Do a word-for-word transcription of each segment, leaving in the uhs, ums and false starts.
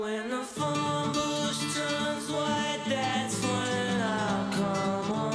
When the phone booth turns white, that's when I'll come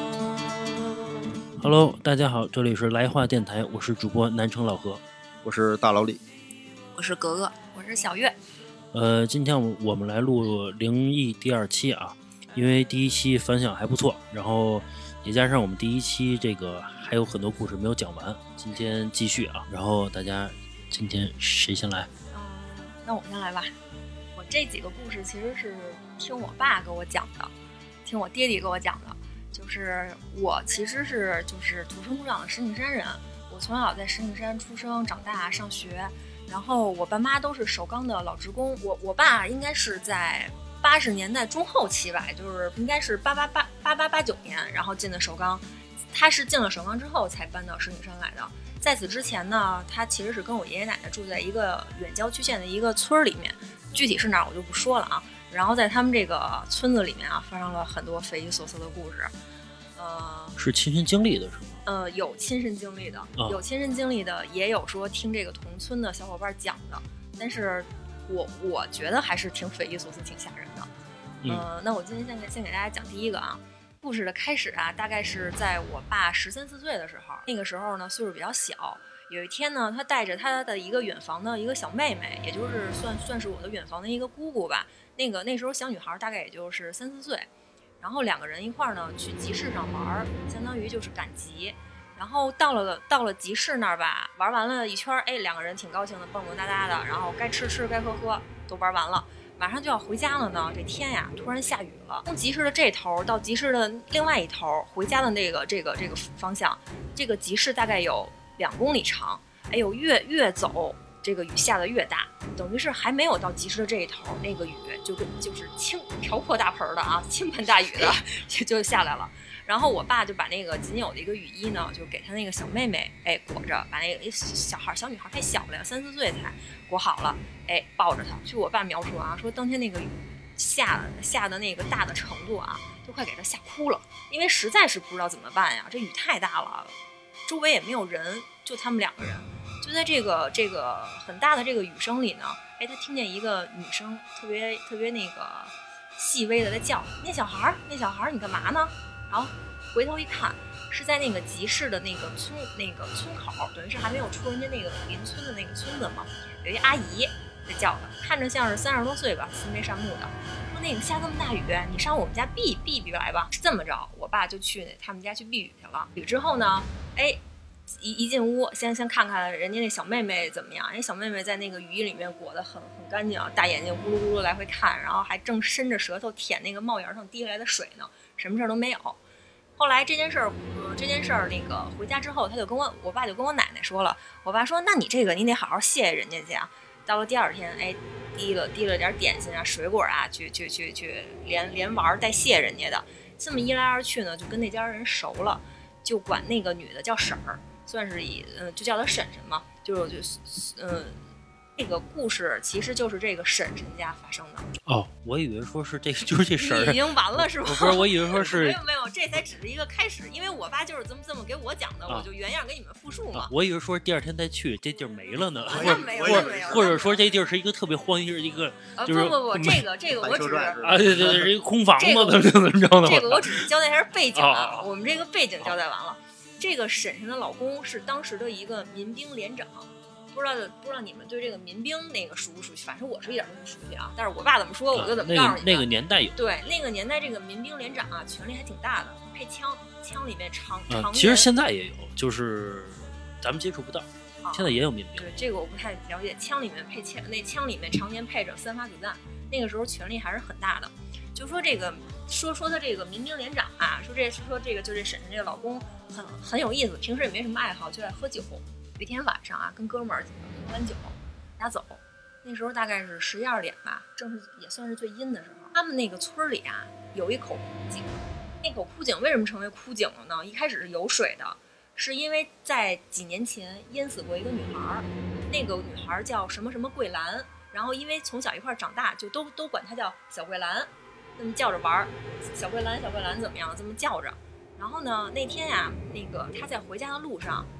home. Hello， 大家好，这里是来话电台，我是主播南城老何， 我是大老李， 我是格格，我是小月。 呃，今天我们来录灵异第二期啊，因为第一期反响还不错，然后也加上我们第一期这个还有很多故事没有讲完，今天继续啊，然后大家今天谁先来？ 嗯，那我先来吧。我这几个故事其实是听我爸给我讲的，听我爹地给我讲的。就是我其实是就是土生土长的石景山人，我从小在石景山出生长大上学，然后我爸妈都是首钢的老职工。我我爸应该是在八十年代中后期吧，就是应该是八八八八八八九年，然后进的首钢。他是进了首钢之后才搬到石景山来的。在此之前呢，他其实是跟我爷爷奶奶住在一个远郊区县的一个村里面，具体是哪儿我就不说了啊。然后在他们这个村子里面啊，发生了很多匪夷所思的故事。呃， 是亲身经历的是吗？ 呃，有亲身经历的， 啊、 有亲身经历的，也有说听这个同村的小伙伴讲的。但是我我觉得还是挺匪夷所思、挺吓人的。 嗯、 呃，那我今天先给先给大家讲第一个啊。故事的开始啊，大概是在我爸十三四岁的时候。那个时候呢，岁数比较小。有一天呢，他带着他的一个远房的一个小妹妹，也就是算算是我的远房的一个姑姑吧。那个那时候小女孩大概也就是三四岁，然后两个人一块儿呢去集市上玩，相当于就是赶集。然后到了到了集市那儿吧，玩完了一圈，哎，两个人挺高兴的，蹦蹦哒哒的，然后该吃吃该喝喝都玩完了。马上就要回家了呢，这天呀突然下雨了。从集市的这头到集市的另外一头，回家的那个这个这个方向，这个集市大概有两公里长。哎呦，越越走这个雨下得越大，等于是还没有到集市的这一头，那个雨就跟就是倾瓢泼大盆的啊，倾盆大雨的就就下来了。然后我爸就把那个仅有的一个雨衣呢，就给他那个小妹妹哎裹着，把那个小孩小女孩太小了呀，三四岁才裹好了，哎抱着她。据我爸描述啊，说当天那个雨下下的那个大的程度啊，都快给他吓哭了，因为实在是不知道怎么办呀，这雨太大了，周围也没有人，就他们两个人。就在这个这个很大的这个雨声里呢，哎，他听见一个女生特别特别那个细微的在叫：“那小孩儿，那小孩儿，你干嘛呢？”然后回头一看，是在那个集市的那个村那个村口，等于是还没有出人家那个邻村的那个村子嘛，有一阿姨在叫他，看着像是三十多岁吧，慈眉善目的，说那个下这么大雨，你上我们家避避避来吧。是这么着，我爸就去他们家去避雨去了。雨之后呢，哎。一一进屋，先先看看人家那小妹妹怎么样。人小妹妹在那个雨衣里面裹得很很干净，大眼睛咕噜咕噜来回看，然后还正伸着舌头舔那个帽檐上滴下来的水呢，什么事都没有。后来这件事儿，呃，这件事儿那个回家之后，他就跟我我爸就跟我奶奶说了。我爸说：“那你这个你得好好谢谢人家去啊。”到了第二天，哎，滴了滴了点点心啊、水果啊，去去去去连连玩带谢人家的。这么一来二去呢，就跟那家人熟了，就管那个女的叫婶儿。算是以呃，就叫她婶婶嘛，就就嗯，这个故事其实就是这个婶婶家发生的。 哦，我以为说是这个就是这婶儿， 已经完了是吗？ 不是，我以为说是没有没有，这才只是一个开始，因为我爸就是这么这么给我讲的， 啊、 我就原样给你们复述嘛。 啊、我以为说第二天再去，这地儿没了呢， 或者没有或没有， 或者说这地儿是一个特别荒一个，就是、 呃、不不不，这个这个我只是啊对对对，是一个空房子， 这个怎么着呢？ 这个我只是交代一下背景啊， 哦、 我们这个背景交代完了。这个婶婶的老公是当时的一个民兵连长，不知道不知道你们对这个民兵那个熟不熟悉？反正我是一点都不熟悉啊。但是我爸怎么说，我就怎么告诉你、 啊那个。那个年代有。 对，那个年代这个民兵连长啊，权力还挺大的，配枪，枪里面长长、 啊。其实现在也有，就是咱们接触不到，啊、现在也有民兵。 对，这个我不太了解。枪里面配枪，那枪里面常年配着三发子弹，那个时候权力还是很大的。就说这个。说说他这个民兵连长啊，说这说这个就这婶婶这个老公很很有意思，平时也没什么爱好，就爱喝酒。有一天晚上啊，跟哥们儿喝完酒，家走，那时候大概是十一二点吧，正是也算是最阴的时候。他们那个村里啊，有一口枯井，那口枯井为什么成为枯井了呢？一开始是有水的，是因为在几年前淹死过一个女孩，那个女孩叫什么什么桂兰，然后因为从小一块长大，就都都管她叫小桂兰。这么叫着玩，小桂兰，小桂兰怎么样？这么叫着。然后呢，那天呀，那个他在回家的路上，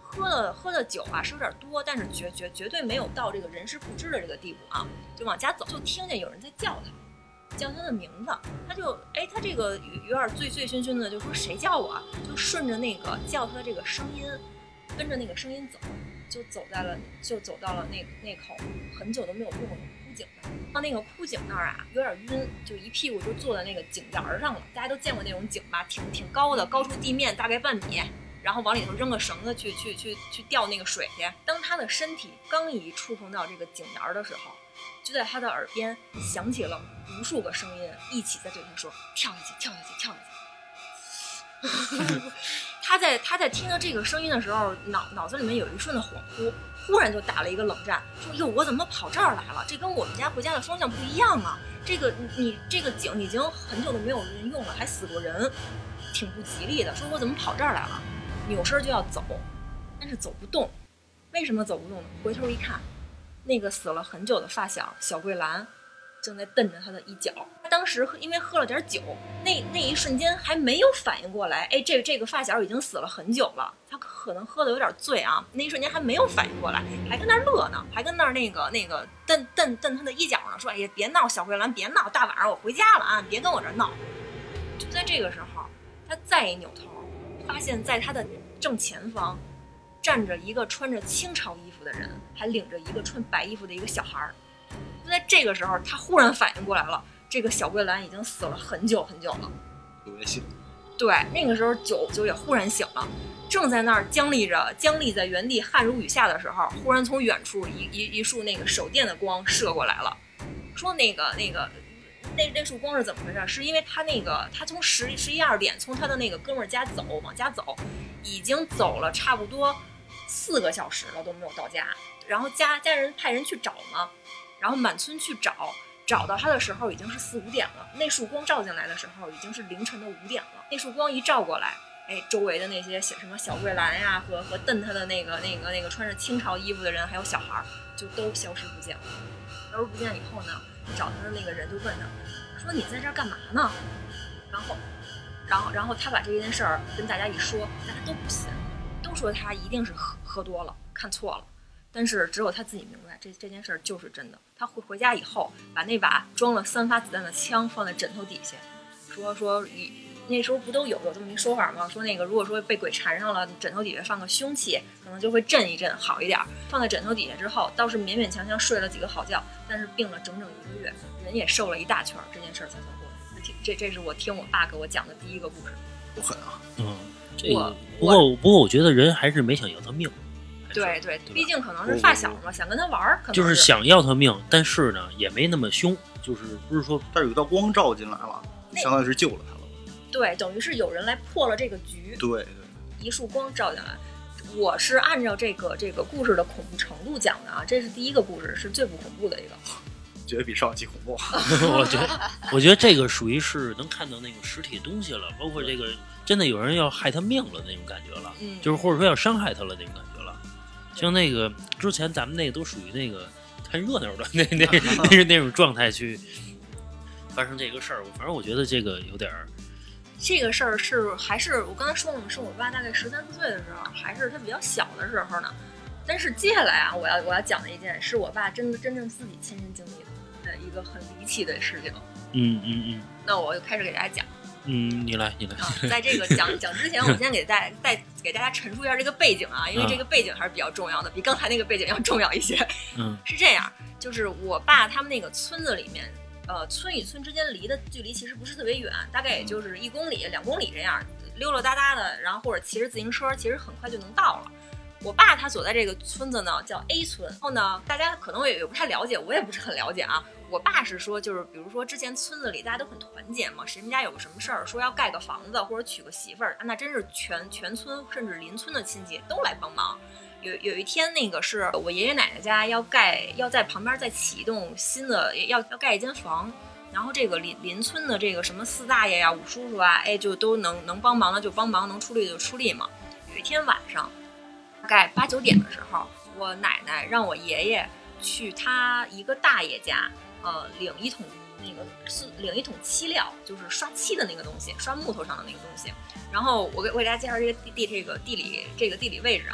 喝的喝的酒啊是有点多，但是绝绝绝对没有到这个人事不知的这个地步啊。就往家走，就听见有人在叫他，叫他的名字，他就哎，他这个有点醉醉醺醺的，就说谁叫我啊？就顺着那个叫他的这个声音，跟着那个声音走，就走在了，就走到了那那口很久都没有用过的枯井那儿。到那个枯井那儿啊，有点晕，就一屁股就坐在那个井沿上了。大家都见过那种井吧，挺挺高的，高出地面大概半米。然后往里头扔个绳子去去去去钓那个水去。当他的身体刚一触碰到这个井沿的时候，就在他的耳边响起了无数个声音，一起在对他说：“跳下去，跳下去，跳下去。”他在他在听到这个声音的时候，脑脑子里面有一瞬的恍惚，忽然就打了一个冷战，说：“哟，我怎么跑这儿来了？这跟我们家回家的方向不一样啊！这个你你这个井已经很久都没有人用了，还死过人，挺不吉利的。说我怎么跑这儿来了？”扭身就要走，但是走不动。为什么走不动呢？回头一看，那个死了很久的发小小桂兰正在瞪着他的一角。他当时因为喝了点酒，那那一瞬间还没有反应过来，哎，这这个发小已经死了很久了。他可能喝的有点醉啊，那一瞬间还没有反应过来，还跟那儿乐呢，还跟那儿那个那个瞪瞪瞪他的衣角呢，说：“哎呀，别闹，小桂兰，别闹，大晚上我回家了啊，别跟我这儿闹。”就在这个时候，他再一扭头，发现在他的正前方站着一个穿着清朝衣服的人，还领着一个穿白衣服的一个小孩儿。就在这个时候，他忽然反应过来了，这个小桂兰已经死了很久很久了。 酒也醒了。 对，那个时候酒酒也忽然醒了，正在那儿僵立着，僵立在原地汗如雨下的时候，忽然从远处一一一束那个手电的光射过来了，说那个那个。那那束光是怎么回事？是因为他那个他从十十一二点从他的那个哥们儿家走，往家走，已经走了差不多四个小时了都没有到家。然后家家人派人去找嘛，然后满村去找，找到他的时候已经是四五点了。那束光照进来的时候已经是凌晨的五点了。那束光一照过来，哎，周围的那些小什么小桂兰呀，和和瞪他的那个那个那个穿着清朝衣服的人，还有小孩，就都消失不见了。消失不见以后呢？找他的那个人就问他，说你在这儿干嘛呢？然后，然后，然后他把这件事儿跟大家一说，大家都不信，都说他一定是喝喝多了，看错了。但是只有他自己明白，这这件事儿就是真的。他回回家以后，把那把装了三发子弹的枪放在枕头底下，说说那时候不都有有这么一说法吗？说那个如果说被鬼缠上了，枕头底下放个凶器，可能就会震一震，好一点。放在枕头底下之后，倒是勉勉强强睡了几个好觉，但是病了整整一个月，人也瘦了一大圈，这件事儿才算过去。这这是我听我爸给我讲的第一个故事。 不狠啊！ 嗯，这个不过不过我觉得人还是没想要他命。 对对，毕竟可能是发小嘛，想跟他玩儿，可能就是想要他命，但是呢也没那么凶，就是不是说， 但是有一道光照进来了，相当于是救了他了。 对，等于是有人来破了这个局。 对对， 一束光照进来。我是按照这个这个故事的恐怖程度讲的啊，这是第一个故事，是最不恐怖的一个。 觉得比上一期恐怖。 我觉得，我觉得这个属于是能看到那种实体东西了，包括这个真的有人要害他命了那种感觉了， 嗯， 就是或者说要伤害他了那种感觉了。像那个之前咱们那个都属于那个看热闹的那那那那种状态去发生这个事儿，反正我觉得这个有点儿。 这个事儿是还是我刚才说了嘛，是我爸大概十三四岁的时候，还是他比较小的时候呢。但是接下来啊，我要我要讲的一件是我爸真的真正自己亲身经历的一个很离奇的事情。 嗯嗯嗯。 那我就开始给大家讲。 嗯，你来你来。 啊，在这个讲讲之前，我先给大家带给大家陈述一下这个背景啊，因为这个背景还是比较重要的，比刚才那个背景要重要一些。 嗯， 是这样，就是我爸他们那个村子里面。呃，村与村之间离的距离其实不是特别远，大概也就是一公里、两公里这样，溜溜达达的，然后或者骑着自行车，其实很快就能到了。我爸他所在这个村子呢叫 A 村，然后呢，大家可能也也不太了解，我也不是很了解啊。我爸是说，就是比如说之前村子里大家都很团结嘛，谁们家有什么事儿，说要盖个房子或者娶个媳妇儿，那真是全全村甚至邻村的亲戚都来帮忙。有有一天，那个是我爷爷奶奶家要盖，要在旁边再起一栋新的，要要盖一间房。然后这个邻邻村的这个什么四大爷呀、五叔叔啊，哎，就都能能帮忙的就帮忙，能出力就出力嘛。有一天晚上，大概八九点的时候，我奶奶让我爷爷去他一个大爷家，呃，领一桶那个是领一桶漆料，就是刷漆的那个东西，刷木头上的那个东西。然后我给我给大家介绍这个地地这个地理这个地理位置啊。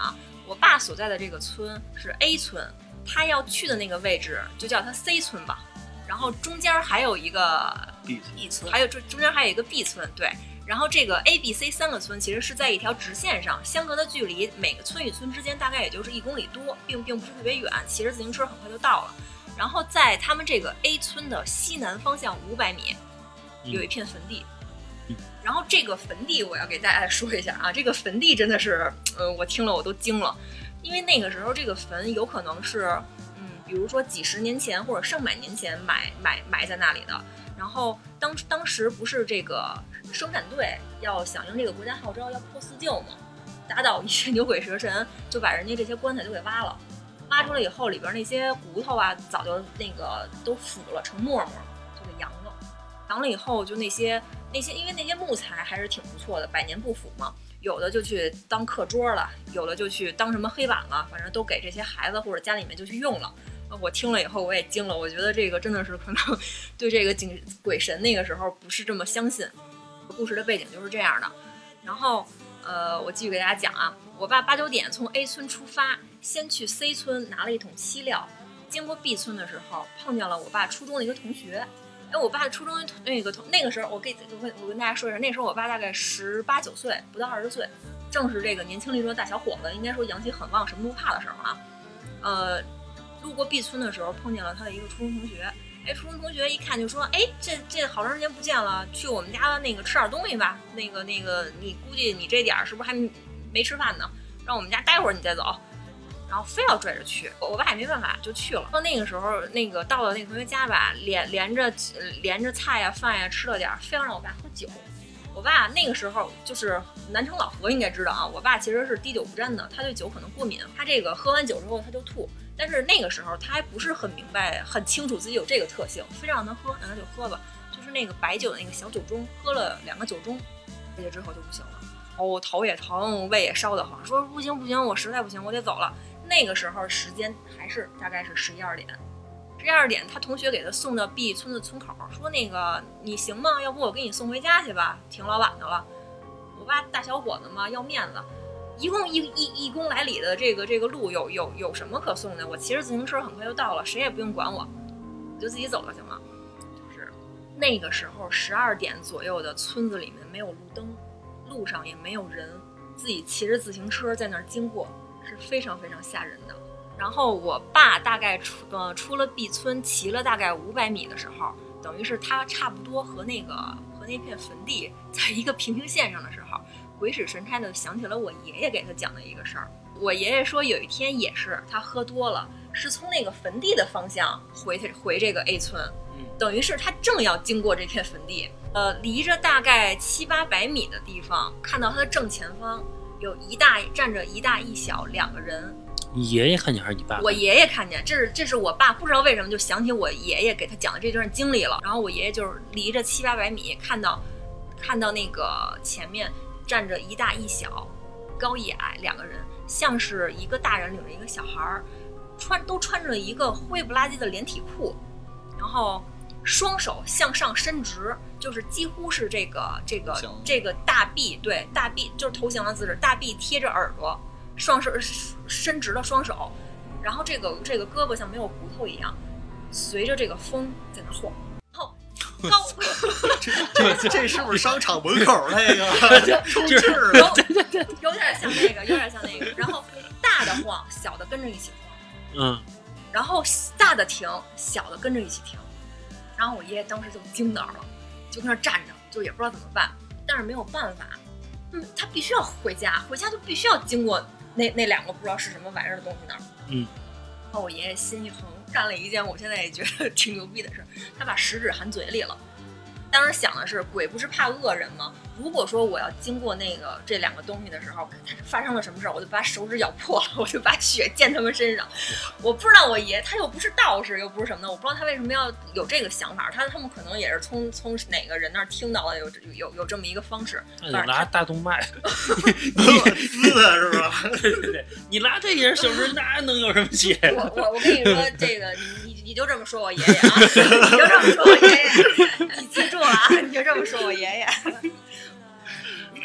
我爸所在的这个村是 A 村，他要去的那个位置就叫它 C 村吧。然后中间还有一个 B B 村， 还有中中间还有一个 B 村，对。然后这个 A、B、C 三个村其实是在一条直线上，相隔的距离每个村与村之间大概也就是一公里多，并并不是特别远，骑着自行车很快就到了。然后在他们这个 A 村的西南方向五百米，有一片坟地。 嗯、 然后这个坟地我要给大家说一下啊，这个坟地真的是，呃，我听了我都惊了，因为那个时候这个坟有可能是，嗯，比如说几十年前或者上百年前埋埋埋在那里的。然后当当时不是这个生产队要响应这个国家号召要破四旧嘛，打倒一切牛鬼蛇神，就把人家这些棺材都给挖了，挖出来以后里边那些骨头啊早就那个都腐了成沫沫，就给扬了。扬了以后就那些那些因为那些木材还是挺不错的，百年不腐嘛，有的就去当课桌了，有的就去当什么黑板了，反正都给这些孩子或者家里面就去用了。我听了以后我也惊了，我觉得这个真的是可能对这个警鬼神那个时候不是这么相信。故事的背景就是这样的。然后呃，我继续给大家讲啊，我爸八九点从 A 村出发，先去 C 村拿了一桶漆料，经过 B 村的时候碰见了我爸初中的一个同学。哎，我爸的初中那个同那个时候我跟我跟大家说一下，那时候我爸大概十八九岁，不到二十岁，正是这个年轻力壮的大小伙子，应该说阳气很旺，什么都不怕的时候啊。呃路过 B 村的时候碰见了他的一个初中同学，哎，初中同学一看就说，哎，这这好长时间不见了，去我们家那个吃点东西吧，那个那个你估计你这点是不是还没吃饭呢，让我们家待会儿你再走，然后非要拽着去，我爸也没办法就去了。到那个时候那个到了那个同学家吧，连连着连着菜呀饭呀吃了点，非要让我爸喝酒。我爸那个时候就是南城老何应该知道啊，我爸其实是滴酒不沾的，他对酒可能过敏，他这个喝完酒之后他就吐，但是那个时候他还不是很明白很清楚自己有这个特性，非让他喝，让他就喝吧，就是那个白酒的那个小酒盅，喝了两个酒盅回去之后就不行了，哦，头也疼，胃也烧得慌，说不行不行，我实在不行，我得走了。那个时候时间还是大概是十一二点，十一二点，他同学给他送到 B 村的村口，说那个你行吗？要不我给你送回家去吧，挺老晚的了。我爸大小伙子嘛，要面子，一共一一一公来里的这个这个路有有有什么可送的？我骑着自行车很快就到了，谁也不用管我，我就自己走就行了。就是那个时候十二点左右的村子里面没有路灯，路上也没有人，自己骑着自行车在那儿经过，是非常非常吓人的。然后我爸大概出呃出了 B 村，骑了大概五百米的时候，等于是他差不多和那个和那片坟地在一个平行线上的时候，鬼使神差的想起了我爷爷给他讲的一个事儿。我爷爷说有一天也是他喝多了，是从那个坟地的方向回回这个 A 村，等于是他正要经过这片坟地，呃，离着大概七八百米的地方，看到他的正前方有一大站着一大一小两个人。 你爷爷看见还是你爸？ 我爷爷看见，这是这是我爸不知道为什么就想起我爷爷给他讲的这段经历了。然后我爷爷就是离着七八百米，看到看到那个前面站着一大一小，高一矮两个人，像是一个大人领着一个小孩，穿都穿着一个灰不拉几的连体裤，然后双手向上伸直，就是几乎是这个这个这个大臂，对，大臂就是投降的姿势，大臂贴着耳朵。双手伸直了双手，然后这个这个胳膊像没有骨头一样，随着这个风在那晃。然后高这这这是不是商场门口那个抽气儿的？对对对，有点像那个，有点像那个。然后大的晃，小的跟着一起晃。 嗯。 然后大的停，小的跟着一起停。然后我爷爷当时就惊那儿了，就跟那站着，就也不知道怎么办，但是没有办法，嗯，他必须要回家，回家就必须要经过。那那两个不知道是什么玩意儿的东西那儿， 嗯， 然后我爷爷心一横，干了一件我现在也觉得挺牛逼的事，他把食指含嘴里了。当时想的是，鬼不是怕恶人吗？如果说我要经过那个这两个东西的时候，发生了什么事儿，我就把手指咬破了，我就把血溅他们身上。我不知道我爷他又不是道士，又不是什么的，我不知道他为什么要有这个想法。他他们可能也是从从哪个人那儿听到了有有有这么一个方式。 那就拉大动脉， 你滋的是吧？ 对对对，你拉这点小人，那能有什么血？ 我我我跟你说，这个你你你就这么说我爷爷啊，你就这么说我爷爷，你记住了啊，你就这么说我爷爷。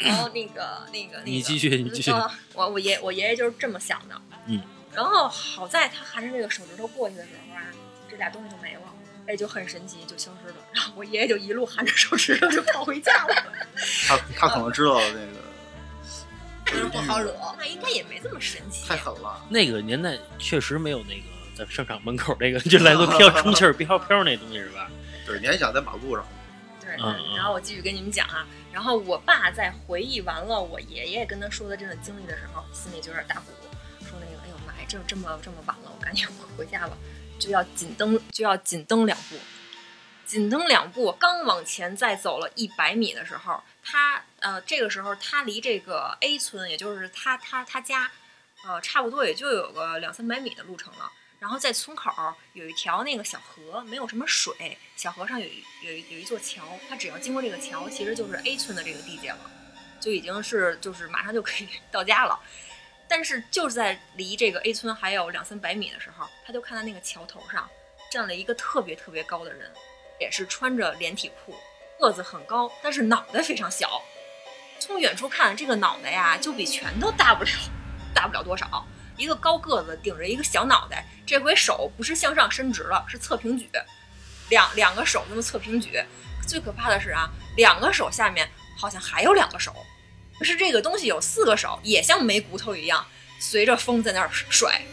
然后那个那个那个， 你继续，你继续。 呃、我我爷我爷爷就是这么想的， 嗯。 然后好在他含着这个手指头过去的时候啊，这俩东西就没了，哎，就很神奇，就消失了。然后我爷爷就一路含着手指头就跑回家了。 他他可能知道那个。 就是不好惹，那应该也没这么神奇。 太狠了， 那个年代确实没有那个在商场门口那个就来回飘充气儿飘飘那东西是吧？ 对，你还想在马路上？ 对， 嗯嗯、然后我继续跟你们讲啊。然后我爸在回忆完了我爷爷跟他说的这段经历的时候，心里就有点打鼓，说那个，哎呦妈呀，这这么这么晚了，我赶紧回家吧，就要紧蹬就要紧蹬两步。紧蹬两步，刚往前再走了一百米的时候，他呃，这个时候他离这个 A 村，也就是他他他家，呃，差不多也就有个两三百米的路程了。然后在村口有一条那个小河，没有什么水，小河上有一有一有一座桥，他只要经过这个桥，其实就是 A 村的这个地界了，就已经是就是马上就可以到家了。但是就是在离这个 A 村还有两三百米的时候，他就看到那个桥头上站了一个特别特别高的人。也是穿着连体裤，个子很高，但是脑袋非常小。从远处看，这个脑袋呀，就比拳头大不了，大不了多少。一个高个子顶着一个小脑袋，这回手不是向上伸直了，是侧平举，两两个手这么侧平举。最可怕的是啊，两个手下面好像还有两个手，可是这个东西有四个手，也像没骨头一样，随着风在那儿甩。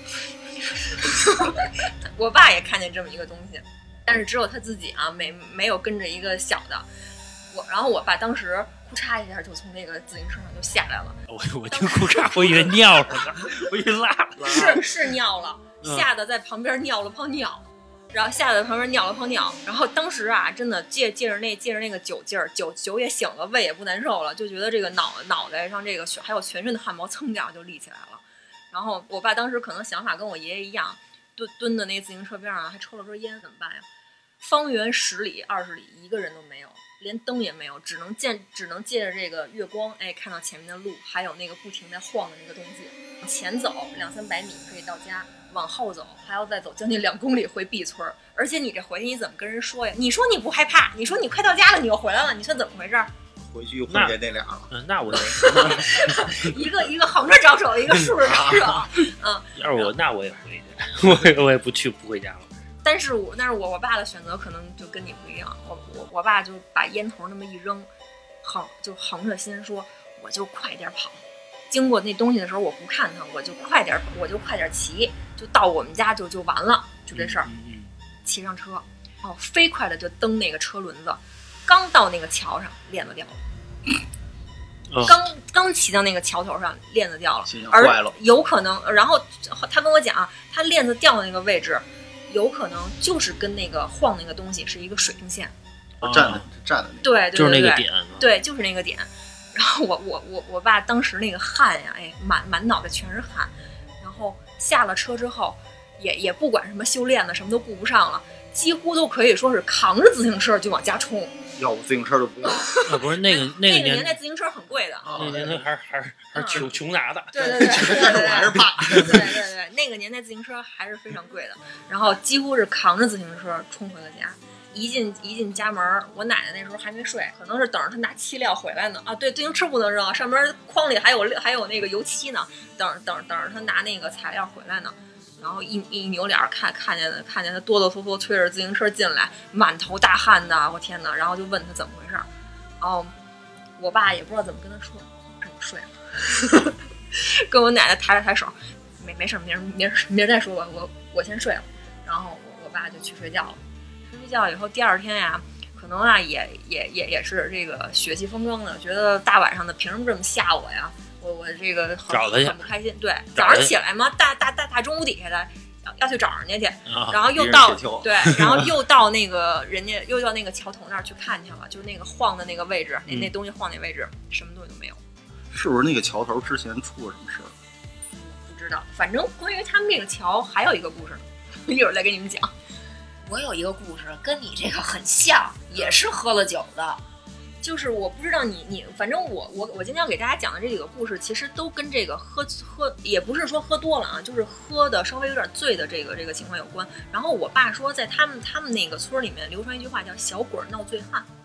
我爸也看见这么一个东西。但是只有他自己啊，没没有跟着一个小的，我然后我爸当时哭嚓一下就从那个自行车上就下来了。 我我听哭嚓，我以为尿了呢，我以为拉了， 是是尿了， 嗯、 吓得在旁边尿了泡尿，然后吓得旁边尿了泡尿。然后当时啊，真的借借着那借着那个酒劲儿，酒酒也醒了，胃也不难受了，就觉得这个脑脑袋上这个还有全身的汗毛蹭掉就立起来了。然后我爸当时可能想法跟我爷爷一样，蹲蹲在那自行车边上还抽了根烟，怎么办呀？方圆十里二十里一个人都没有，连灯也没有，只能见只能借着这个月光，哎，看到前面的路，还有那个不停在晃的那个东西。往前走两三百米可以到家，往后走还要再走将近两公里回 B 村。而且你这回去你怎么跟人说呀？你说你不害怕，你说你快到家了，你又回来了，你说怎么回事？ 回去又碰见那俩了。 嗯，那我一个一个横着招手，一个竖着招手。嗯， 要是我，那我也回去，我也我也不去不回家了。 但是我，但是我我爸的选择可能就跟你不一样。我我我爸就把烟头那么一扔，横就横着心说，我就快点跑。经过那东西的时候，我不看他，我就快点，我就快点骑，就到我们家就就完了，就这事儿。 嗯嗯、 骑上车，哦，飞快的就蹬那个车轮子，刚到那个桥上，链子掉了。 哦、 刚刚骑到那个桥头上，链子掉了， 而有可能，然后他跟我讲，他链子掉的那个位置。有可能就是跟那个晃那个东西是一个水平线， 站的站的那个， 对对对， 就是那个点， 对，就是那个点。然后我我我我爸当时那个汗呀，哎，满满脑袋全是汗。然后下了车之后，也也不管什么修炼的，什么都顾不上了，几乎都可以说是扛着自行车就往家冲。 要不自行车就不用。 啊，不是那个那个年年代自行车很贵的， 那个年代还是还是还是穷穷拿的。 对对对对对对， 还是怕。 对对对，那个年代自行车还是非常贵的，然后几乎是扛着自行车冲回了家。一进一进家门，我奶奶那时候还没睡，可能是等着她拿漆料回来呢。啊，对，自行车不能扔，上面筐里还有还有那个油漆呢，等等等着她拿那个材料回来呢。然后一一扭脸看看见看见他哆哆嗦嗦推着自行车进来，满头大汗的，我天哪！然后就问他怎么回事，然后我爸也不知道怎么跟他说，说我睡了，跟我奶奶抬了抬手，没没事，明儿明儿明儿再说吧，我我先睡了。然后我我爸就去睡觉了，睡睡觉以后第二天呀，可能啊也也也也是这个血气风生的，觉得大晚上的凭什么这么吓我呀？我我这个很找他去很不开心，对，早上起来嘛，大大大大中午底下的要要去找人家去， 啊、 然后又到对，然后又到那个人家又到那个桥头那儿去看去了，就是那个晃的那个位置，那、嗯、那东西晃那位置，什么东西都没有。 是不是那个桥头之前出了什么事儿？ 不知道，反正关于他们这个桥还有一个故事，一会儿再给你们讲。 我有一个故事跟你这个很像，也是喝了酒的。 就是我不知道你你，反正我我我今天要给大家讲的这几个故事，其实都跟这个喝喝，也不是说喝多了啊，就是喝的稍微有点醉的这个这个情况有关。然后我爸说，在他们他们那个村里面流传一句话叫“小鬼闹醉汉”，就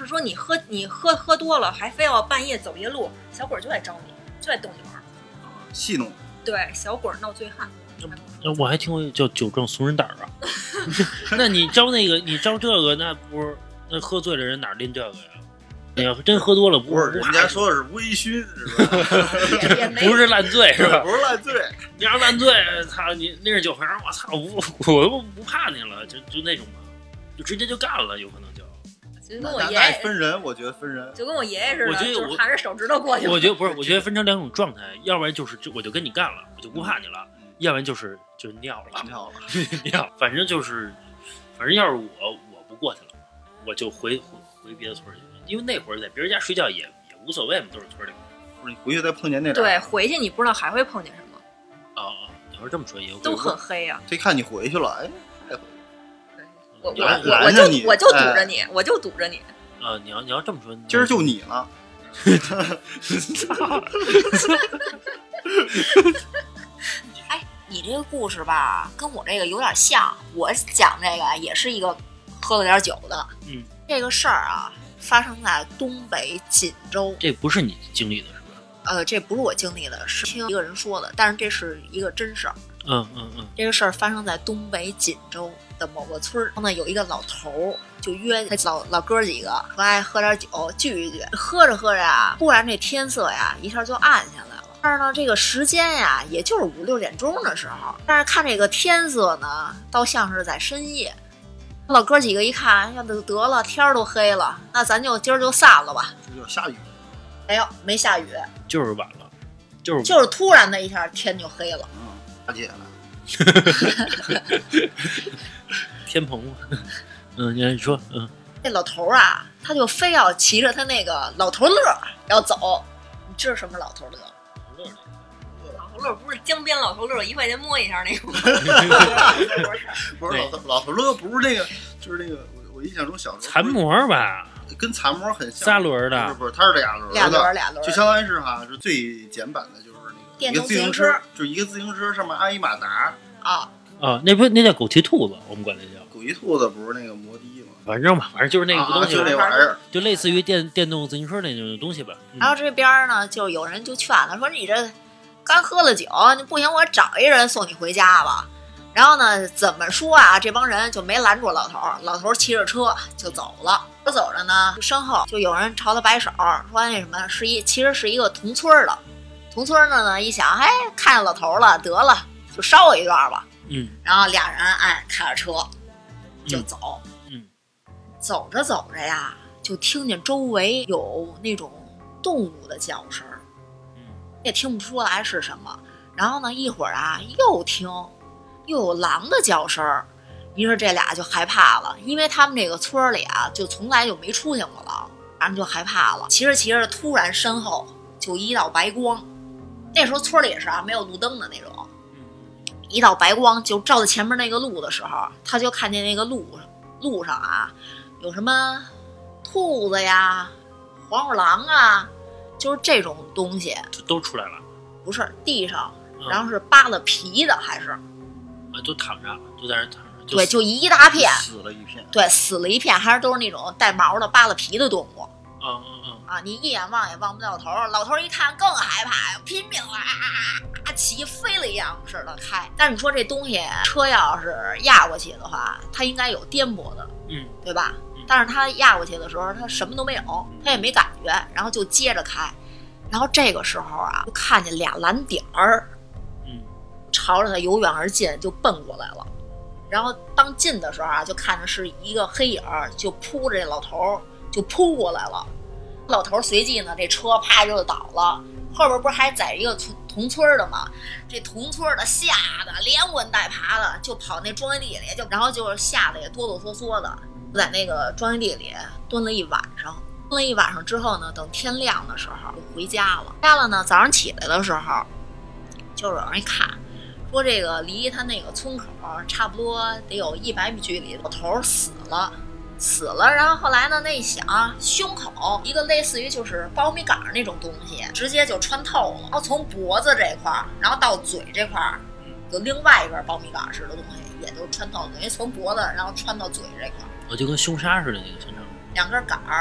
是说你喝你喝喝多了，还非要半夜走夜路，小鬼就爱招你，就爱逗你玩。 啊，戏弄。 对，小鬼闹醉汉。 我还听过叫酒壮怂人胆儿啊。那你招那个，你招这个，那不是那喝醉了人哪拎这个呀？你要真喝多了， 不是人家说的是微醺，是吧？ 不是烂醉是吧？ 不是烂醉， 你要烂醉，操你拎着酒瓶，我操，我我都不怕你了，就就那种嘛，就直接就干了，有可能就。 就跟我爷那爷分人，我觉得分人， 就跟我爷爷似的， 我觉得就是含着手指头过去了。 我觉得不是，我觉得分成两种状态，要不然就是我就跟你干了，我就不怕你了；要不然就是就尿了， 尿了， 尿，反正就是，反正要是我我不过去了，我就回回回别的村去，因为那会儿在别人家睡觉也也无所谓嘛，都是村里。 不是你回去再碰见那对，回去你不知道还会碰见什么。 哦哦，你要是这么说也有都很黑呀、啊。 这看你回去了，哎，太回去。我我拦我我就你我就堵着你，哎、我就堵着你。 啊，你要你要这么说， 今儿就你了。 哎，你这个故事吧，跟我这个有点像。我讲这个也是一个喝了点酒的。 嗯， 这个事儿啊，发生在东北锦州。 这不是你经历的是吧？ 呃，这不是我经历的，是听一个人说的，但是这是一个真事儿。 嗯嗯嗯， 这个事儿发生在东北锦州的某个村儿。然后呢，有一个老头儿就约老老哥几个说爱喝点酒聚一聚。喝着喝着呀，突然这天色呀一下就暗下来了。但是呢，这个时间呀也就是五六点钟的时候。但是看这个天色呢，倒像是在深夜。老哥几个一看，要得得了，天儿都黑了，那咱就今儿就散了吧。 这就下雨。 没有，没下雨， 就是晚了，就是就是突然的一下天就黑了。 嗯，大姐了。 天棚嘛。嗯，你说，嗯， 这老头啊，他就非要骑着他那个老头乐要走。你知道什么老头乐？ 老头乐不是江边老头乐，一块钱摸一下那个吗？ 不是老头老头乐，不是那个，就是那个我我印象中小时候残模吧， 跟残模很像， 仨轮的， 不是不是，它是俩轮的， 俩轮俩轮， 就相当于是哈，是最简版的，就是那个电动一个自行车，就一个自行车上面安一马达啊啊，那不那叫狗蹄兔子，我们管那叫狗蹄兔子，不是那个摩的吗？ 反正吧，反正就是那个东西， 啊、就那玩意儿， 就类似于电电动自行车那种东西吧。 嗯、然后这边呢，就有人就劝他说：“你这刚喝了酒，你不行，我找一人送你回家吧。”然后呢，怎么说啊？这帮人就没拦住老头，老头骑着车就走了。走走着呢，身后就有人朝他摆手，说那什么是一，其实是一个同村的。同村的呢，一想，哎，看见老头了，得了，就捎我一段吧。 嗯。 然后俩人哎开着车就走。 嗯。嗯走着走着呀，就听见周围有那种动物的叫声， 嗯， 也听不出来是什么。然后呢，一会儿啊，又听又有狼的叫声，于是这俩就害怕了，因为他们这个村里啊，就从来就没出现过狼，然后就害怕了。骑着骑着，突然身后就一道白光，那时候村里也是啊，没有路灯的那种，一道白光就照在前面那个路的时候，他就看见那个路路上啊。有什么兔子呀、黄鼠狼啊，就是这种东西都出来了。 不是地上， 嗯、 然后是扒了皮的，还是啊，都躺着，就在那躺着。 对，就一大片， 死了一片。 对，死了一片，还是都是那种带毛的、扒了皮的动物。 嗯嗯嗯。 啊，你一眼望也望不到头，老头一看更害怕，拼命啊啊骑飞了一样似的开。但是你说这东西车要是压过去的话，它应该有颠簸的， 嗯， 对吧？但是他压过去的时候，他什么都没有，他也没感觉，然后就接着开。然后这个时候啊，就看见俩蓝点儿， 嗯， 朝着他由远而近就奔过来了。然后当近的时候啊，就看着是一个黑影儿，就扑着这老头就扑过来了。老头随即呢，这车啪就倒了，后边不是还在一个同同村的吗？这同村的吓得连滚带爬的就跑那庄稼地里，就然后就是吓得也哆哆嗦嗦的。在那个庄稼地里蹲了一晚上，蹲了一晚上之后呢，等天亮的时候就回家了。家了呢，早上起来的时候，就有人一看，说这个离他那个村口差不多得有一百米距离，老头死了，死了。然后后来呢，那一想，胸口一个类似于就是苞米杆那种东西，直接就穿透了，然后从脖子这块儿，然后到嘴这块儿，有另外一根苞米杆似的东西，也都穿透，等于从脖子然后穿到嘴这块儿。 我就跟凶杀似的那个身上， 两根杆儿，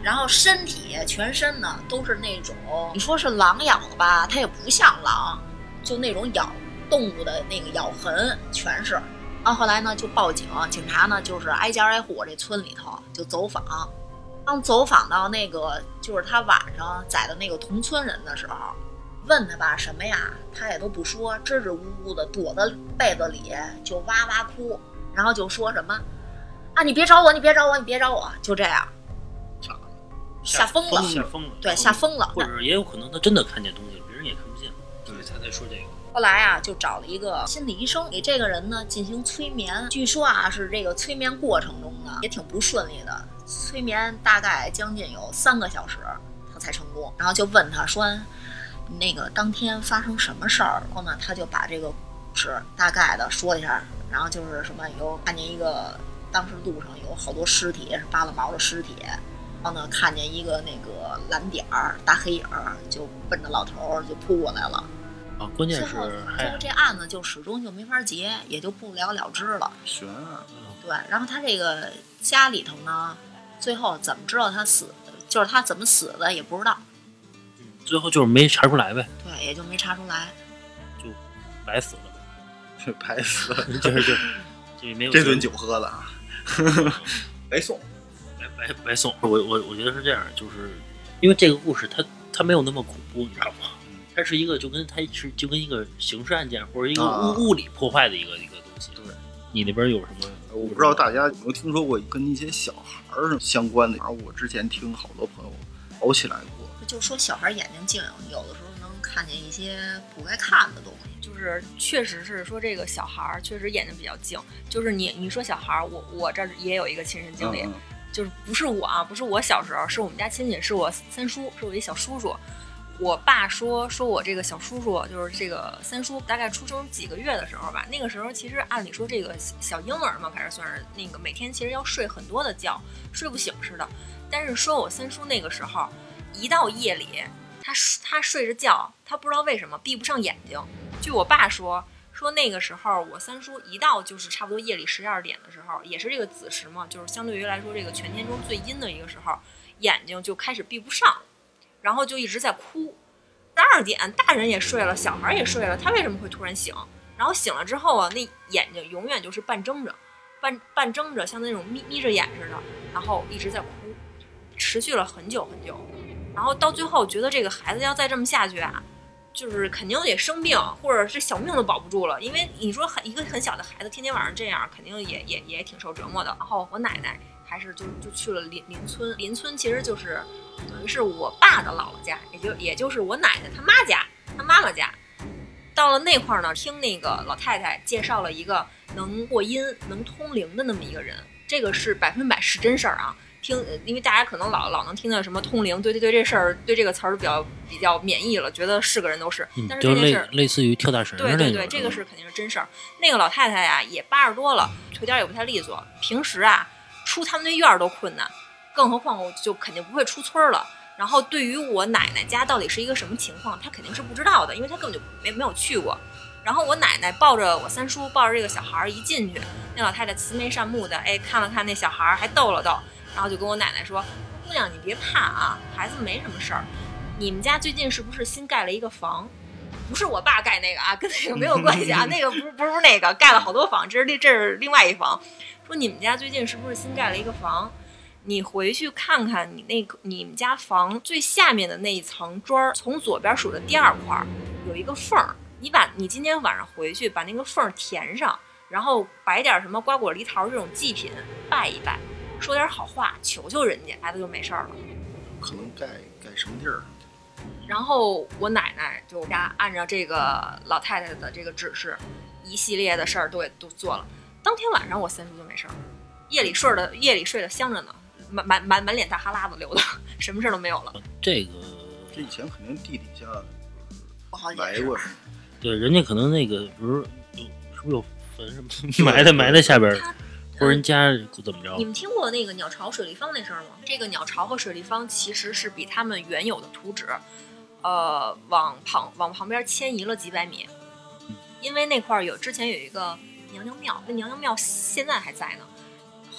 然后身体全身呢都是那种，你说是狼咬的吧，它也不像狼，就那种咬动物的那个咬痕全是。然后后来呢就报警，警察呢就是挨家挨户这村里头就走访。当走访到那个就是他晚上宰的那个同村人的时候，问他吧什么呀，他也都不说，支支吾吾的躲在被子里就哇哇哭，然后就说什么啊你别找我，你别找我，你别找我，就这样。吓疯了， 吓疯了， 对，吓疯了。 或者也有可能他真的看见东西了，别人也看不见，所以才在说这个。 后来啊，就找了一个心理医生给这个人呢进行催眠。据说啊，是这个催眠过程中呢也挺不顺利的，催眠大概将近有三个小时他才成功。然后就问他说，那个当天发生什么事儿？然后呢，他就把这个故事大概的说一下。然后就是什么有看见一个当时路上有好多尸体，是扒了毛的尸体。然后呢，看见一个那个蓝点儿大黑影儿，就奔着老头儿就扑过来了。 啊，关键是最后最后这案子就始终就没法结，也就不了了之了。 悬啊！ 对，然后他这个家里头呢，最后怎么知道他死，就是他怎么死的也不知道。 嗯，最后就是没查出来呗。 对，也就没查出来， 就白死了， 白死了， 就是就这没有这顿酒喝了啊，白送。 白白白送，我我我觉得是这样，就是因为这个故事它它没有那么恐怖，你知道吗？它是一个就跟它是就跟一个刑事案件或者一个物、啊、物理破坏的一个一个东西。对，你那边有什么？ 我不知道大家有没有听说过跟一些小孩相关的，我之前听好多朋友聊起来过。 就说小孩眼睛净，有的时候能看见一些不该看的东西。 就是确实是说这个小孩确实眼睛比较净，就是你你说小孩，我我这也有一个亲身经历。嗯就是不是我啊，不是我小时候，是我们家亲戚，是我三叔，是我一小叔叔。我爸说说我这个小叔叔，就是这个三叔，大概出生几个月的时候吧。那个时候其实按理说这个小婴儿嘛，开始算是那个每天其实要睡很多的觉，睡不醒似的。但是说我三叔那个时候，一到夜里，他他睡着觉，他不知道为什么闭不上眼睛。据我爸说。说那个时候我三叔一到就是差不多夜里十二点的时候，也是这个子时嘛，就是相对于来说这个全天中最阴的一个时候，眼睛就开始闭不上，然后就一直在哭。十二点大人也睡了，小孩也睡了，他为什么会突然醒？然后醒了之后啊，那眼睛永远就是半睁着，半半睁着，像那种眯眯着眼似的，然后一直在哭，持续了很久很久。然后到最后觉得这个孩子要再这么下去啊，就是肯定也生病，或者是小命都保不住了。因为你说很一个很小的孩子天天晚上这样，肯定也也也挺受折磨的。然后我奶奶还是就就去了邻邻村，邻村其实就是等于是我爸的姥姥家，也就也就是我奶奶他妈家，他妈妈家。到了那块儿呢，听那个老太太介绍了一个能过阴、能通灵的那么一个人，这个是百分百是真事儿啊。听，因为大家可能老老能听到什么通灵，对对对，这事儿对这个词儿比较比较免疫了，觉得是个人都是。 嗯、 但是这件事儿、 类类似于跳大神， 对对对，这个是肯定是真事儿。那个老太太呀，也八十多了，腿脚也不太利索，平时啊出他们那院儿都困难，更何况我就肯定不会出村了。然后对于我奶奶家到底是一个什么情况，她肯定是不知道的，因为她根本就没没有去过。然后我奶奶抱着我三叔，抱着这个小孩一进去，那老太太慈眉善目的，哎，看了看那小孩，还逗了逗。然后就跟我奶奶说，姑娘你别怕啊，孩子没什么事儿。你们家最近是不是新盖了一个房？不是我爸盖那个啊，跟那个没有关系啊，那个不是不是那个盖了好多房，这是这是另外一房。说你们家最近是不是新盖了一个房？你回去看看你那个你们家房最下面的那一层砖，从左边数的第二块有一个缝儿，你把你今天晚上回去把那个缝儿填上，然后摆点什么瓜果梨桃这种祭品拜一拜。说点好话，求求人家，孩子就没事儿了。 可能盖盖什么地儿？ 然后我奶奶就家按照这个老太太的这个指示，一系列的事儿都给都做了。当天晚上我三叔就没事儿，夜里睡的夜里睡得香着呢，满满满满脸大哈喇子流的，什么事儿都没有了。 这个这以前肯定地底下不好埋过什么？ 对，人家可能那个，比如有是不是有坟什么埋在埋在下边？或人家怎么着？ 你们听过那个鸟巢水立方那事儿吗？这个鸟巢和水立方其实是比他们原有的图纸，呃，往旁往旁边迁移了几百米，因为那块儿有之前有一个娘娘庙，那娘娘庙现在还在呢。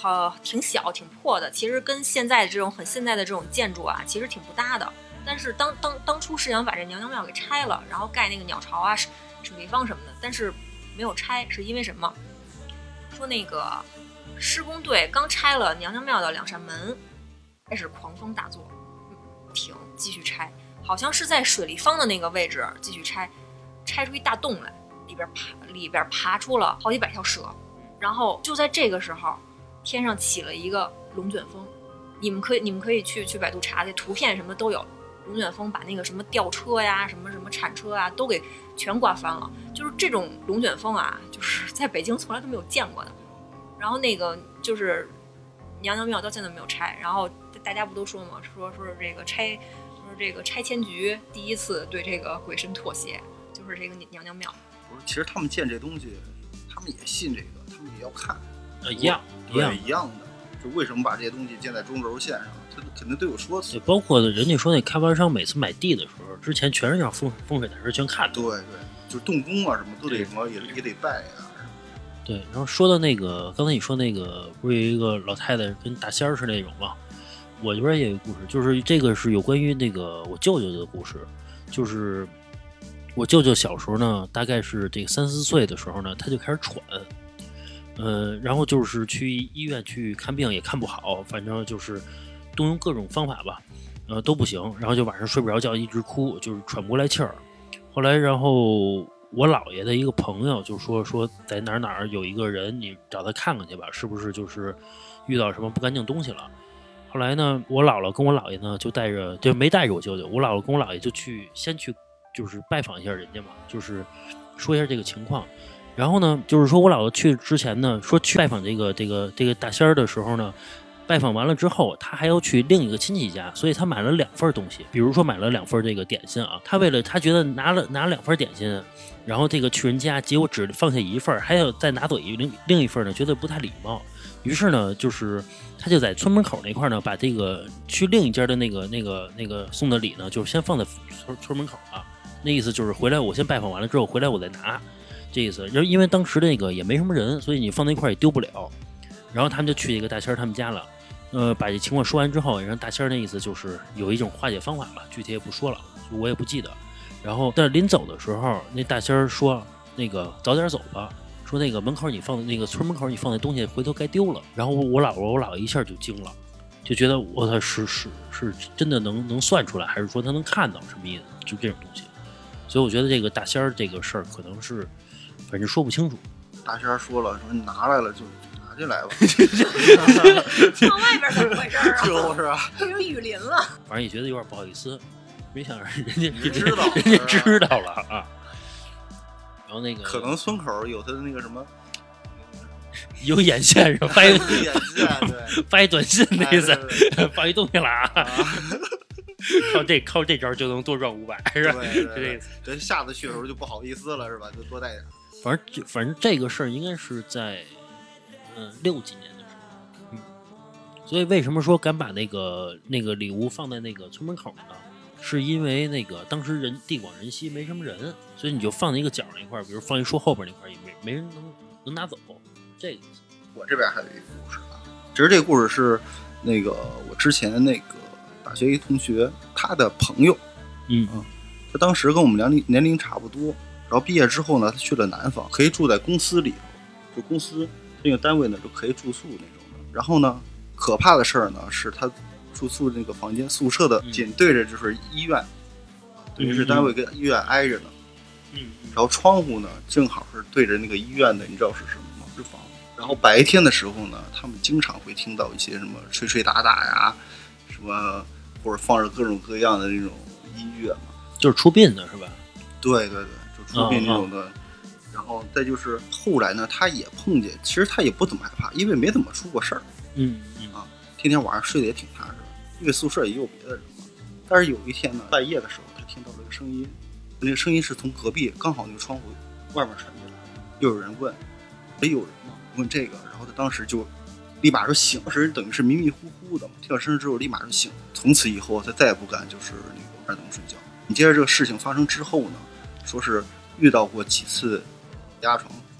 好挺小挺破的，其实跟现在这种很现代的这种建筑啊，其实挺不搭的。但是当当当初是想把这娘娘庙给拆了，然后盖那个鸟巢啊、水立方什么的，但是没有拆，是因为什么？说那个施工队刚拆了娘娘庙的两扇门，开始狂风大作，停，继续拆，好像是在水立方的那个位置继续拆，拆出一大洞来，里边爬里边爬出了好几百条蛇，然后就在这个时候，天上起了一个龙卷风，你们可以你们可以去去百度查去，图片什么都有。龙卷风把那个什么吊车呀、什么什么铲车啊，都给全刮翻了。就是这种龙卷风啊，就是在北京从来都没有见过的。然后那个就是娘娘庙到现在没有拆，然后大家不都说嘛，说说是这个拆，说这个拆迁局第一次对这个鬼神妥协，就是这个娘娘庙。 不是，其实他们建这东西，他们也信这个，他们也要看， 呃，一样一对样一样的。就为什么把这些东西建在中轴线上，它肯定都有说辞。 就包括人家说那开发商每次买地的时候，之前全是让风风水大师全看的。 对对，就是动工啊什么都得什么也也得拜呀、啊。 对，然后说到那个，刚才你说那个，不是有一个老太太跟大仙儿似的那种吗？我这边也有一个故事，就是这个是有关于那个我舅舅的故事，就是我舅舅小时候呢，大概是这个三四岁的时候呢，他就开始喘。呃，然后就是去医院去看病也看不好，反正就是动用各种方法吧，呃都不行，然后就晚上睡不着觉，一直哭，就是喘不过来气儿。后来，然后我姥爷的一个朋友就说说在哪儿哪儿有一个人，你找他看看去吧，是不是就是遇到什么不干净东西了？后来呢，我姥姥跟我姥爷呢就带着，就没带着我舅舅，我姥姥跟我姥爷就去先去就是拜访一下人家嘛，就是说一下这个情况。然后呢，就是说我姥姥去之前呢，说去拜访这个这个这个大仙儿的时候呢，拜访完了之后，他还要去另一个亲戚家，所以他买了两份东西，比如说买了两份这个点心啊，他为了他觉得拿了拿了两份点心，然后这个去人家，结果只放下一份，还要再拿走一另另一份呢，觉得不太礼貌，于是呢，就是他就在村门口那块呢，把这个去另一家的那个那个那个送的礼呢，就先放在村村门口了，那意思就是回来我先拜访完了之后，回来我再拿。这意思，因为当时那个也没什么人，所以你放在一块也丢不了。然后他们就去一个大仙儿他们家了，呃，把这情况说完之后，然后大仙儿那意思就是有一种化解方法吧，具体也不说了，我也不记得。然后但临走的时候，那大仙儿说：“那个早点走吧，说那个门口你放的那个村门口你放的东西，回头该丢了。”然后我姥我姥一下就惊了，就觉得我操是是是真的能能算出来，还是说他能看到什么意思？就这种东西。所以我觉得这个大仙儿这个事儿可能是。反正说不清楚。 大仙说了，说你拿来了就拿进来吧。 放外边怎么回事啊？ 就是啊， 变成雨林了。 反正也觉得有点不好意思，没想让人家人知道， 人家知道了啊。然后那个可能村口有他的那个什么， 有眼线是吧？发一眼线，对， 发一短信那意思， 哎、 发一东西了啊。靠这靠这招就能多赚五百，是吧？ 对对对， 这意思。 这下次去的时候就不好意思了，是吧？就多带点。 反正反正这个事儿应该是在嗯六几年的时候，嗯，所以为什么说敢把那个那个礼物放在那个村门口呢？是因为那个当时人地广人稀，没什么人，所以你就放在一个角那块，比如放一树后边那块，也没没人能能拿走。这个意思。 我这边还有一个故事啊，其实这个故事是那个我之前那个大学一同学他的朋友， 嗯啊，他当时跟我们年龄年龄差不多。然后毕业之后呢，他去了南方，可以住在公司里头，就公司那个单位呢就可以住宿那种的。然后呢，可怕的事儿呢是他住宿那个房间宿舍的紧对着就是医院，等于是单位跟医院挨着呢。 嗯， 然后窗户呢正好是对着那个医院的，你知道是什么吗？是房。然后白天的时候呢，他们经常会听到一些什么吹吹打打呀，什么或者放着各种各样的那种音乐嘛， 就是出殡的是吧？ 对对对。出殡那种的，哦哦，然后再就是后来呢，他也碰见，其实他也不怎么害怕，因为没怎么出过事儿， 嗯嗯啊，天天晚上睡得也挺踏实的，因为宿舍也有别的人嘛。但是有一天呢，半夜的时候，他听到了一个声音，那个声音是从隔壁刚好那个窗户外面传进来，又有人问，哎，有人吗？问这个，然后他当时就立马就醒，当时等于是迷迷糊糊的嘛，听到声之后立马就醒，从此以后他再也不敢就是那个二等睡觉。你接着这个事情发生之后呢，说是遇到过几次压床，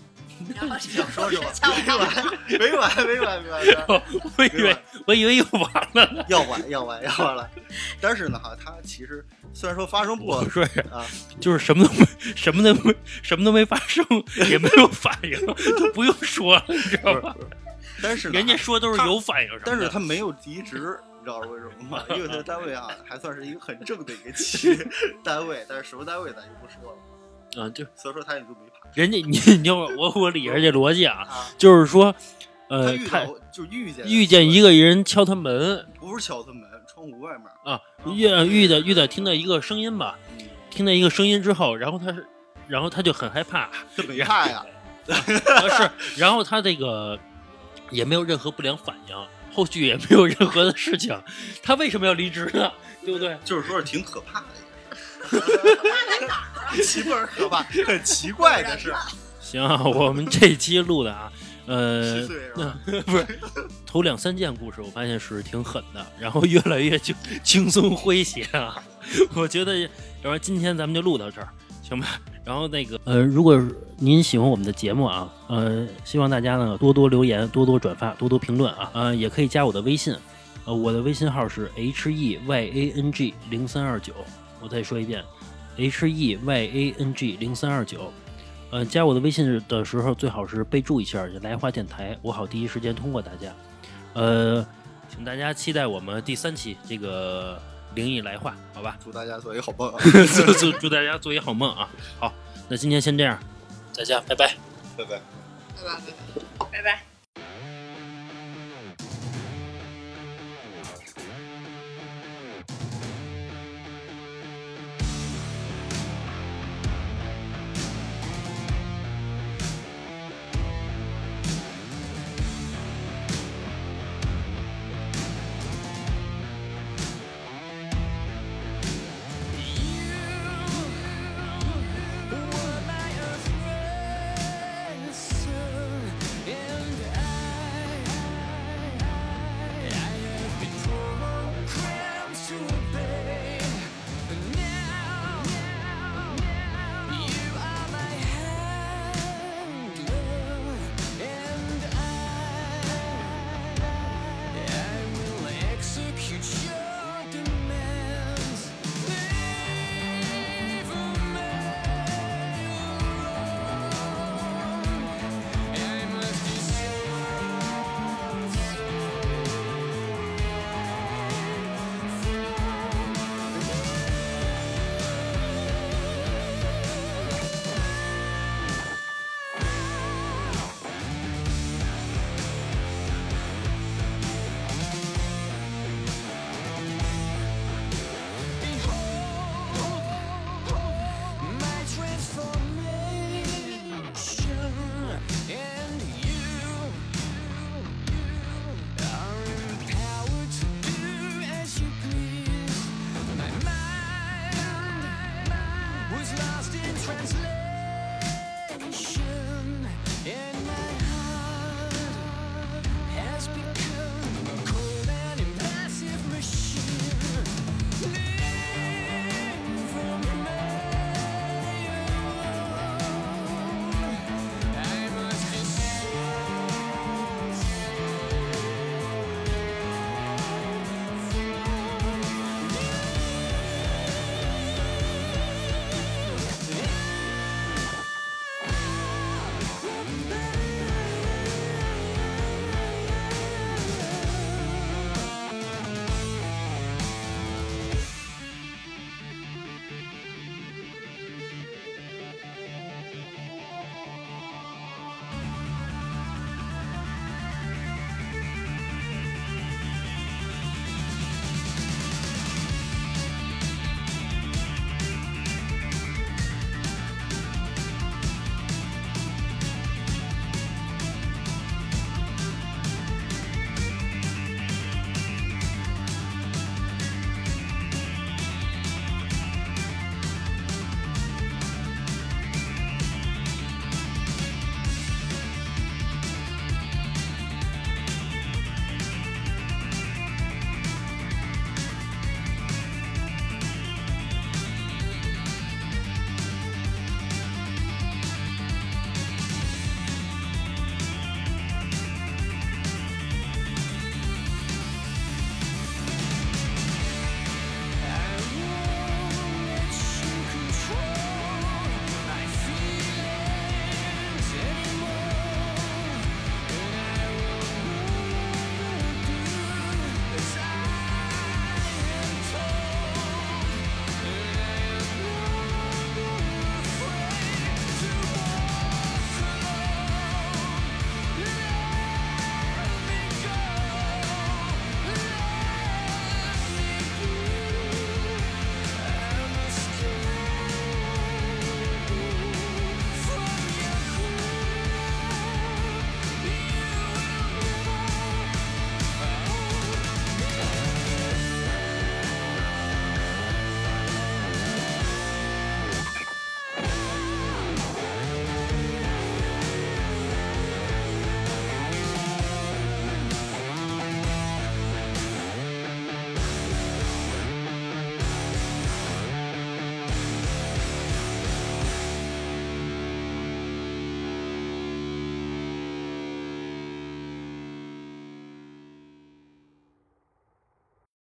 然后想说什么？ 敲没完，没完，没完，没完。 我以为我以为又完了呢。 要完，要完，要完了。但是呢，哈，它其实虽然说发生过我说啊， 就是什么都没什么都没什么都没发生，也没有反应，就不用说了，你知道吧？ 但是呢人家说都是有反应什么的， 但是他没有离职，你知道为什么吗？因为他的单位啊，还算是一个很正的一个企业单位，但是什么单位咱就不说了。 啊，就所以说他也就没爬。 人家你你我我我理解这逻辑啊， 啊， 就是说，呃， 他遇他到就遇见遇见一个人敲他门不是敲他门，窗户外面啊，遇遇到遇到听到一个声音吧， 嗯听到一个声音之后，然后他是，然后他就很害怕， 他没怕呀。 啊是，然后他这个也没有任何不良反应，后续也没有任何的事情，他为什么要离职呢？对不对？ 就是说是挺可怕的一个事儿，奇不是可怕，很奇怪的事。 行啊，我们这期录的啊，呃七岁是吧？ 不是头两三件故事，我发现是挺狠的，然后越来越轻轻松诙谐啊。我觉得，要不然今天咱们就录到这儿，行吧？然后那个呃，如果您喜欢我们的节目啊，呃，希望大家呢多多留言、多多转发、多多评论啊，呃，也可以加我的微信，呃，我的微信号是 H E Y A N G 零三二九，我再说一遍 ，H E Y A N G 零三二九。呃，加我的微信的时候，最好是备注一下“来华电台”，我好第一时间通过大家。呃，请大家期待我们第三期这个灵异来话，好吧？ 祝大家做一好梦啊！ 祝祝祝大家做一好梦啊！好，那今天先这样，大家拜拜。 拜拜。 拜拜拜拜拜拜。